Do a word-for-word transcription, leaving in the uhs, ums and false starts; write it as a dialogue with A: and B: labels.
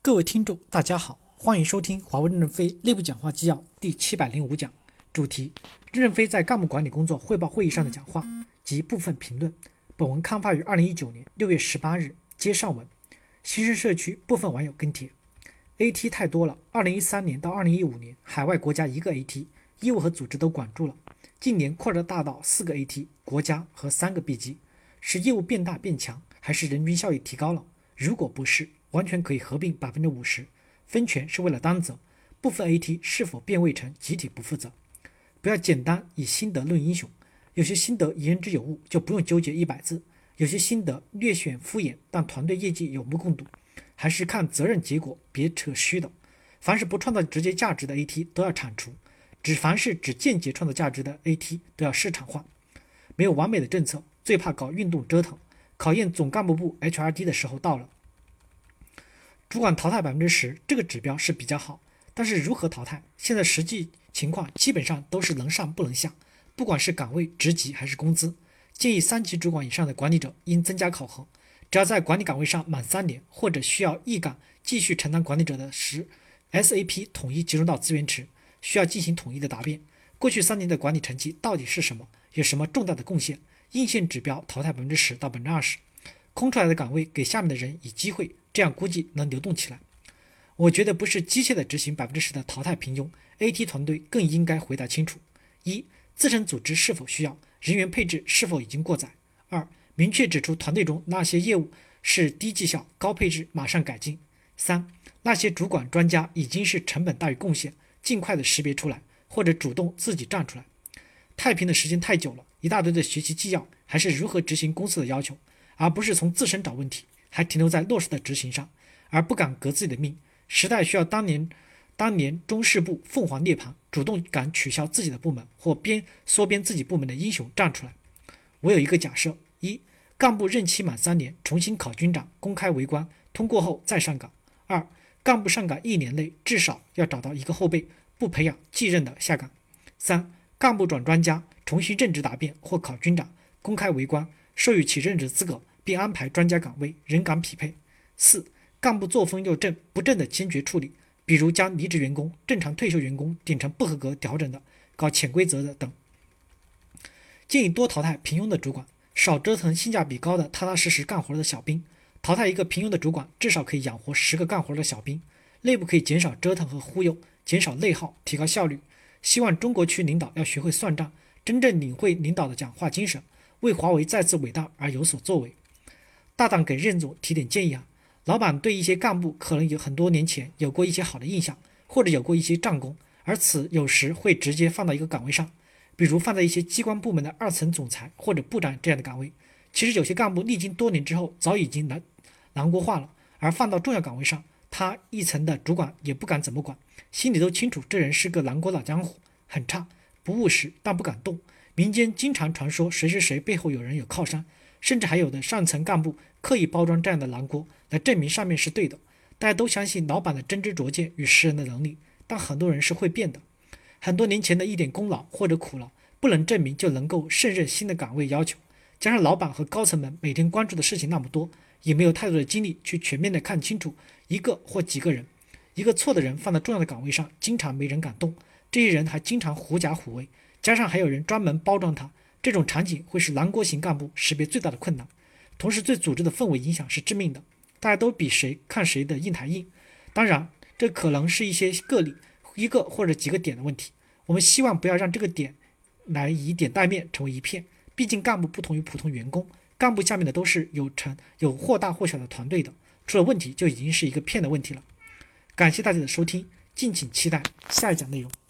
A: 各位听众，大家好，欢迎收听华为任正非内部讲话纪要第七百零五讲，主题：任正非在干部管理工作汇报会议上的讲话及部分评论。本文刊发于二零一九年六月十八日。接上文，新生社区部分网友跟帖 ：A T 太多了，二零一三年到二零一五年，海外国家一个 A T， 业务和组织都管住了。近年扩大到四个 A T 国家和三个 B 级，是业务变大变强，还是人均效益提高了？如果不是，完全可以合并 百分之五十， 分权是为了担责，部分 A T 是否变位成集体不负责？不要简单以心得论英雄，有些心得言之有物，就不用纠结一百字；有些心得略显敷衍，但团队业绩有目共睹。还是看责任结果，别扯虚的。凡是不创造直接价值的 A T 都要铲除，只凡是只间接创造价值的 A T 都要市场化。没有完美的政策，最怕搞运动折腾。考验总干部部 H R D 的时候到了。主管淘汰 百分之十 这个指标是比较好，但是如何淘汰，现在实际情况基本上都是能上不能下，不管是岗位、职级还是工资。建议三级主管以上的管理者应增加考核，只要在管理岗位上满三年，或者需要一岗继续承担管理者的时 S A P 统一集中到资源池，需要进行统一的答辩。过去三年的管理成绩到底是什么？有什么重大的贡献？硬性指标淘汰 百分之十 到 百分之二十， 空出来的岗位给下面的人以机会，这样估计能流动起来。我觉得不是机械的执行 百分之十 的淘汰平庸， A T 团队更应该回答清楚：一、自身组织是否需要，人员配置是否已经过载；二、明确指出团队中那些业务是低绩效、高配置，马上改进；三、那些主管专家已经是成本大于贡献，尽快的识别出来，或者主动自己站出来。太平的时间太久了，一大堆的学习纪要，还是如何执行公司的要求，而不是从自身找问题，还停留在落实的执行上，而不敢革自己的命。时代需要当年当年中事部凤凰涅槃，主动敢取消自己的部门或编缩编自己部门的英雄站出来。我有一个假设：一、干部任期满三年，重新考军长，公开为官，通过后再上岗；二、干部上岗一年内至少要找到一个后备，不培养继任的下岗；三、干部转专家，重新任职答辩或考军长，公开为官，授予其任职资格，并安排专家岗位，人岗匹配；四、干部作风又正，不正的坚决处理，比如将离职员工、正常退休员工顶成不合格调整的，搞潜规则的等。建议多淘汰平庸的主管，少折腾性价比高的踏踏实实干活的小兵。淘汰一个平庸的主管，至少可以养活十个干活的小兵，内部可以减少折腾和忽悠，减少内耗，提高效率。希望中国区领导要学会算账，真正领会领导的讲话精神，为华为再次伟大而有所作为。大胆给任总提点建议啊！老板对一些干部可能有很多年前有过一些好的印象，或者有过一些战功，而此有时会直接放到一个岗位上，比如放在一些机关部门的二层总裁或者部长这样的岗位。其实有些干部历经多年之后早已经南南国化了，而放到重要岗位上，他一层的主管也不敢怎么管，心里都清楚这人是个南国老江湖，很差，不务实，但不敢动。民间经常传说谁谁谁背后有人有靠山，甚至还有的上层干部刻意包装这样的南国来证明上面是对的。大家都相信老板的真知灼见与识人的能力，但很多人是会变的。很多年前的一点功劳或者苦劳不能证明就能够胜任新的岗位要求，加上老板和高层们每天关注的事情那么多，也没有太多的精力去全面的看清楚一个或几个人。一个错的人放在重要的岗位上，经常没人敢动，这些人还经常狐假虎威，加上还有人专门包装他，这种场景会是南国型干部识别最大的困难。同时对组织的氛围影响是致命的，大家都比谁看谁的硬台硬。当然这可能是一些个例，一个或者几个点的问题，我们希望不要让这个点来以点带面成为一片。毕竟干部不同于普通员工，干部下面的都是有成有或大或小的团队的，出了问题就已经是一个片的问题了。感谢大家的收听，敬请期待下一讲内容。